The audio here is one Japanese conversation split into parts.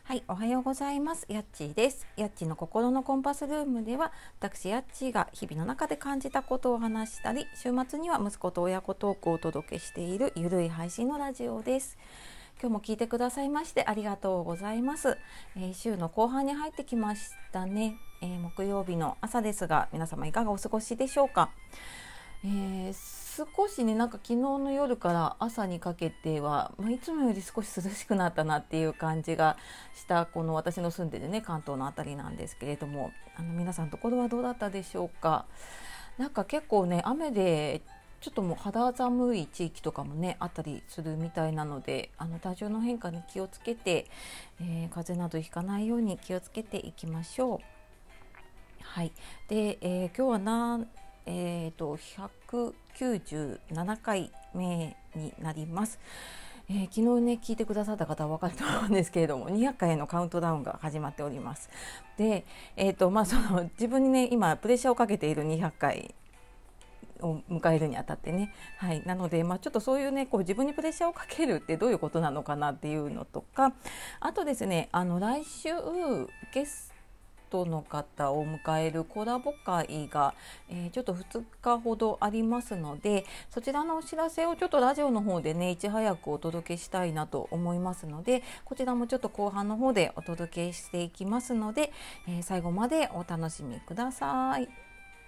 はい、おはようございます。やっちーです。やっちーの心のコンパスルームでは、私やっちーが日々の中で感じたことを話したり、週末には息子と親子トークをお届けしているゆるい配信のラジオです。今日も聞いてくださいましてありがとうございます。週の後半に入ってきましたね。木曜日の朝ですが、皆様いかがお過ごしでしょうか。少しねなんか昨日の夜から朝にかけては、いつもより少し涼しくなったなっていう感じがしたこの私の住んでるね関東のあたりなんですけれども、皆さんのところはどうだったでしょうか。なんか結構ね雨でちょっともう肌寒い地域とかもねあったりするみたいなので、体調の変化に気をつけて、風邪などひかないように気をつけていきましょう。はい。で、今日は197回目になります。昨日ね聞いてくださった方は分かると思うんですけれども、200回へのカウントダウンが始まっております。で、その自分にね今プレッシャーをかけている200回を迎えるにあたってね、はい、なので、ちょっとそういうねこう自分にプレッシャーをかけるってどういうことなのかなっていうのとか、あとですね来週ゲストの方を迎えるコラボ会が、ちょっと2日ほどありますので、そちらのお知らせをちょっとラジオの方でねいち早くお届けしたいなと思いますので、こちらもちょっと後半の方でお届けしていきますので、最後までお楽しみください。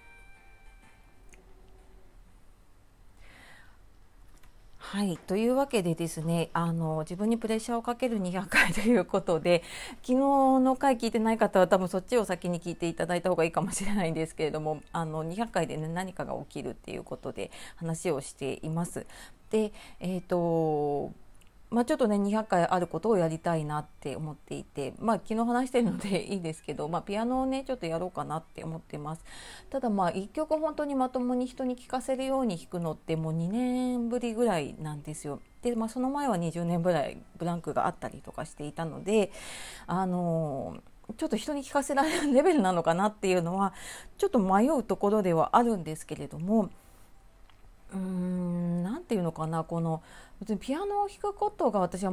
はい、というわけでですね、自分にプレッシャーをかける200回ということで、昨日の回聞いてない方は多分そっちを先に聞いていただいた方がいいかもしれないんですけれども、200回で、ね、何かが起きるっていうことで話をしています。で、ちょっとね200回あることをやりたいなって思っていて、昨日話してるのでいいですけど、ピアノをねちょっとやろうかなって思ってます。ただ一曲本当にまともに人に聴かせるように弾くのってもう2年ぶりぐらいなんですよ。で、その前は20年ぐらいブランクがあったりとかしていたので、ちょっと人に聞かせられるレベルなのかなっていうのはちょっと迷うところではあるんですけれども、なんていうのかな、この別にピアノを弾くことが私は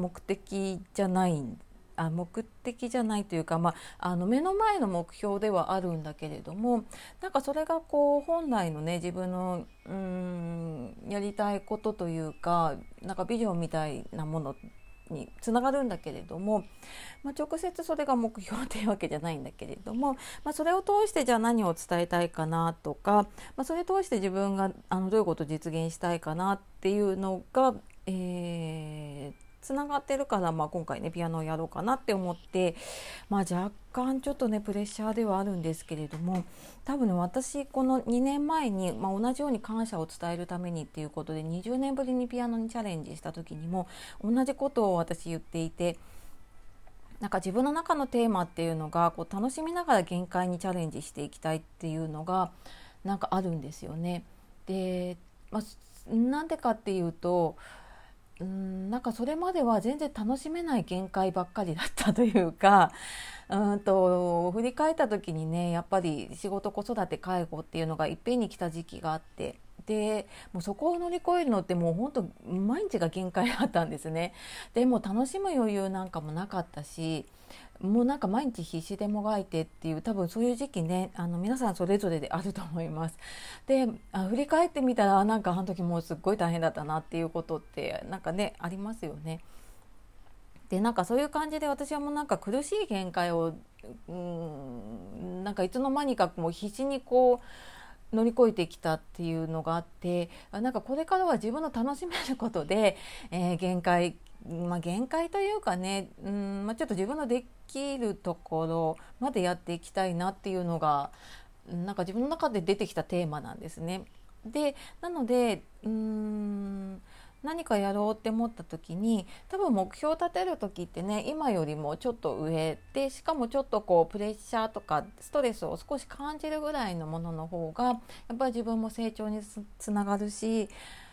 目的じゃないというか、目の前の目標ではあるんだけれども、なんかそれがこう本来のね自分のやりたいことというか、なんかビジョンみたいなものにつながるんだけれども、直接それが目標っていうわけじゃないんだけれども、それを通してじゃあ何を伝えたいかなとか、それを通して自分がどういうことを実現したいかなっていうのが、つながってるから、今回ねピアノをやろうかなって思って、若干ちょっとねプレッシャーではあるんですけれども、多分ね私この2年前に、同じように感謝を伝えるためにっていうことで20年ぶりにピアノにチャレンジした時にも同じことを私言っていて、なんか自分の中のテーマっていうのがこう楽しみながら限界にチャレンジしていきたいっていうのがなんかあるんですよね。で、なんでかっていうと、なんかそれまでは全然楽しめない限界ばっかりだったというか、振り返った時にねやっぱり仕事子育て介護っていうのがいっぺんに来た時期があって、でもうそこを乗り越えるのってもう本当毎日が限界だったんですね。でも楽しむ余裕なんかもなかったし、もうなんか毎日必死でもがいてっていう、多分そういう時期ね皆さんそれぞれであると思います。で振り返ってみたらなんかあの時もうすっごい大変だったなっていうことってなんかねありますよね。でなんかそういう感じで私はもうなんか苦しい限界をなんかいつの間にかもう必死にこう乗り越えてきたっていうのがあって、なんかこれからは自分の楽しめることで、限界限界というかね、ちょっと自分のできるところまでやっていきたいなっていうのがなんか自分の中で出てきたテーマなんですね。でなので何かやろうって思った時に、多分目標を立てる時ってね今よりもちょっと上で、しかもちょっとこうプレッシャーとかストレスを少し感じるぐらいのものの方がやっぱり自分も成長につながるし、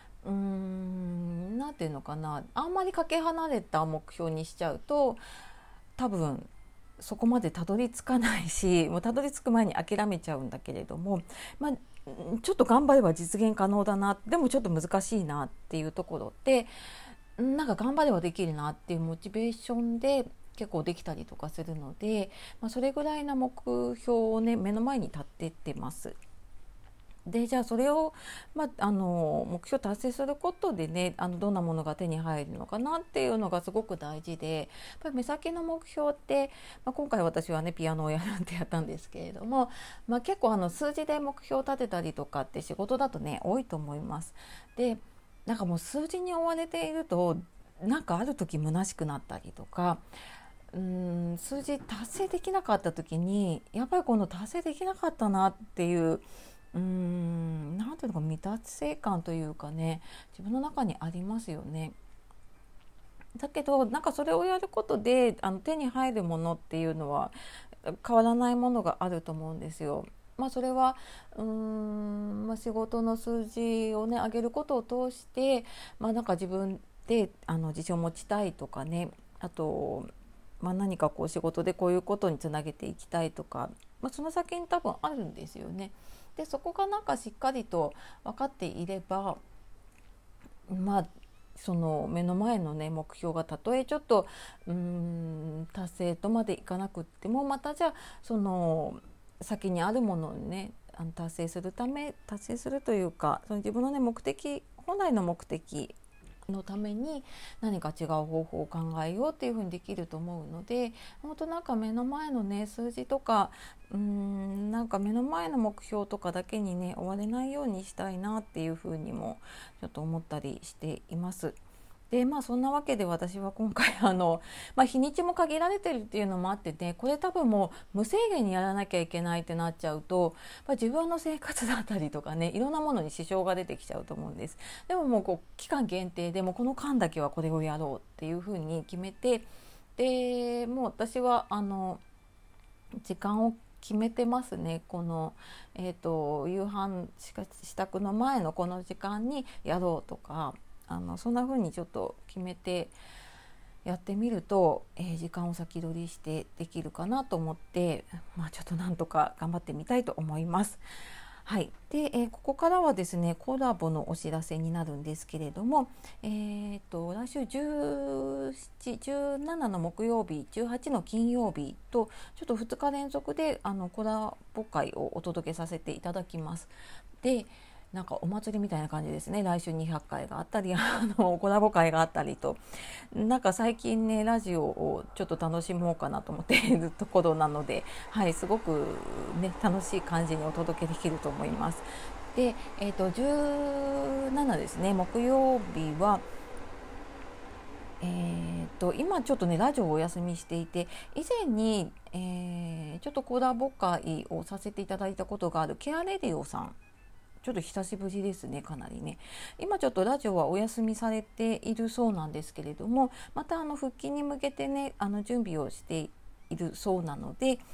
なんていうのかな、あんまりかけ離れた目標にしちゃうと多分そこまでたどり着かないし、もうたどり着く前に諦めちゃうんだけれども、ちょっと頑張れば実現可能だな、でもちょっと難しいなっていうところってなんか頑張ればできるなっていうモチベーションで結構できたりとかするので、それぐらいの目標をね目の前に立ってってます。でじゃあそれを、目標達成することでねどんなものが手に入るのかなっていうのがすごく大事で、やっぱり目先の目標って、今回私はねピアノをやるってやったんですけれども、結構数字で目標を立てたりとかって仕事だとね多いと思います。でなんかもう数字に追われているとなんかある時虚しくなったりとか、数字達成できなかった時にやっぱりこの達成できなかったなっていうなんていうのか未達成感というかね、自分の中にありますよね。だけどなんかそれをやることで手に入るものっていうのは変わらないものがあると思うんですよ。それは仕事の数字をね上げることを通して、なんか自分で自信を持ちたいとかね、あと、何かこう仕事でこういうことにつなげていきたいとか、その先に多分あるんですよね。でそこがなんかしっかりと分かっていれば、その目の前のね目標がたとえちょっと達成とまでいかなくっても、またじゃあその先にあるものをね達成するというか、その自分のね本来の目的のために何か違う方法を考えようっていうふうにできると思うので、本当なんか目の前のね数字とかなんか目の前の目標とかだけにね追われないようにしたいなっていうふうにもちょっと思ったりしています。でそんなわけで私は今回日にちも限られてるっていうのもあってね、これ多分もう無制限にやらなきゃいけないってなっちゃうと、自分の生活だったりとかねいろんなものに支障が出てきちゃうと思うんです。でももう期間限定でもこの間だけはこれをやろうっていうふうに決めて、でもう私は時間を決めてますね。この、夕飯支度の前のこの時間にやろうとか、そんな風にちょっと決めてやってみると、時間を先取りしてできるかなと思って、ちょっとなんとか頑張ってみたいと思います。はい。で、ここからはですねコラボのお知らせになるんですけれども、来週17、17の木曜日、18の金曜日とちょっと2日連続でコラボ会をお届けさせていただきます。でなんかお祭りみたいな感じですね。来週200回があったりコラボ会があったりと、なんか最近ねラジオをちょっと楽しもうかなと思っているところなので、はい、すごくね楽しい感じにお届けできると思います。で、17ですね木曜日は今ちょっとねラジオをお休みしていて、以前に、ちょっとコラボ会をさせていただいたことがあるケアレディオさん、ちょっと久しぶりですね。かなりね今ちょっとラジオはお休みされているそうなんですけれども、また復帰に向けてね準備をしているそうなので、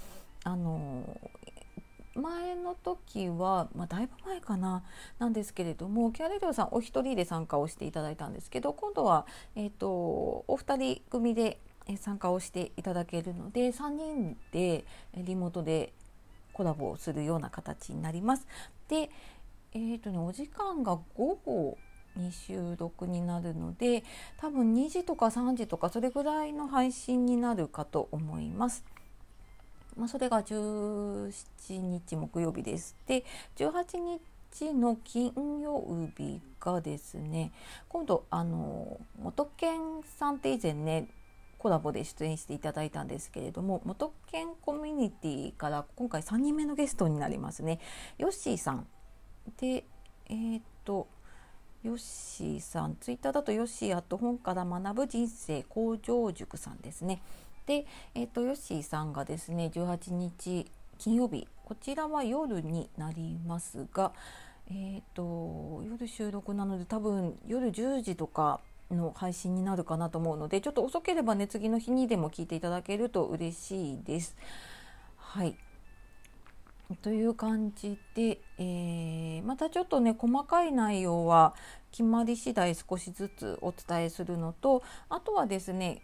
前の時は、だいぶ前かななんですけれども、ケアレディオさんお一人で参加をしていただいたんですけど、今度は、お二人組で参加をしていただけるので、3人でリモートでコラボをするような形になります。でお時間が午後に収録になるので、多分2時とか3時とかそれぐらいの配信になるかと思います。それが17日木曜日です。で18日の金曜日がですね、今度元健さんって以前ねコラボで出演していただいたんですけれども、元健コミュニティから今回3人目のゲストになりますね。ヨッシーさんで、ヨッシーさん、ツイッターだとヨッシー本から学ぶ人生向上塾さんですね。で、ヨッシーさんがですね18日金曜日、こちらは夜になりますが、夜収録なので多分夜10時とかの配信になるかなと思うので、ちょっと遅ければね次の日にでも聞いていただけると嬉しいです。はい、という感じで、またちょっとね細かい内容は決まり次第少しずつお伝えするのと、あとはですね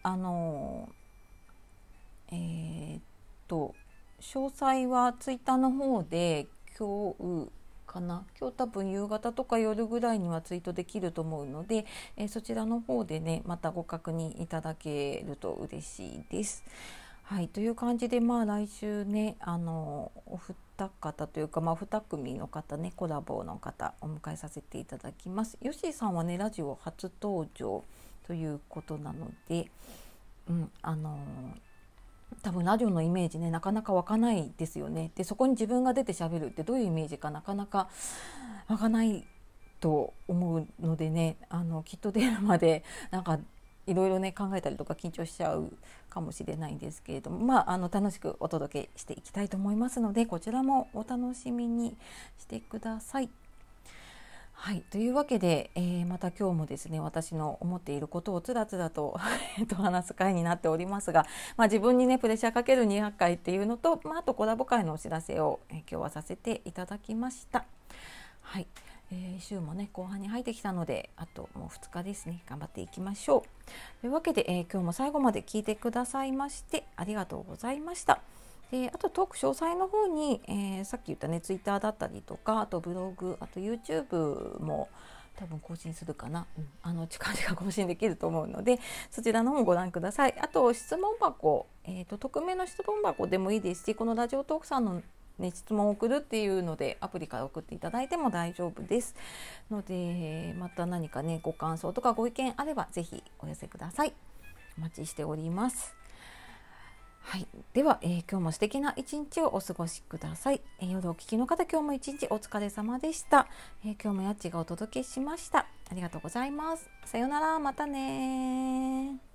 詳細はツイッターの方で共有かな。今日多分夕方とか夜ぐらいにはツイートできると思うので、そちらの方でねまたご確認いただけると嬉しいです。はい、という感じで、来週ねお二方というか、2組の方ねコラボの方お迎えさせていただきます。ヨッシーさんはねラジオ初登場ということなので、多分ラジオのイメージねなかなか湧かないですよね。でそこに自分が出て喋るってどういうイメージかなかなか湧かないと思うのでね、きっと出るまでなんかいろいろね考えたりとか緊張しちゃうかもしれないんですけれども、楽しくお届けしていきたいと思いますので、こちらもお楽しみにしてください。はい、というわけで、また今日もですね私の思っていることをつらつらと話す回になっておりますが、自分にねプレッシャーかける200回っていうのと、あとコラボ会のお知らせを、今日はさせていただきました。はい、週もね後半に入ってきたので、あともう2日ですね、頑張っていきましょう。というわけで、今日も最後まで聞いてくださいましてありがとうございました。あとトーク詳細の方に、さっき言ったねツイッターだったりとか、あとブログ、あと YouTube も多分更新するかな、近々更新できると思うので、そちらの方もご覧ください。あと質問箱、匿名の質問箱でもいいですし、このラジオトークさんの質問を送るっていうのでアプリから送っていただいても大丈夫ですので、また何かねご感想とかご意見あればぜひお寄せください。お待ちしております。はい、では、今日も素敵な一日をお過ごしください。夜お聞きの方、今日も一日お疲れ様でした。今日もやっちがお届けしました。ありがとうございます。さようなら、またね。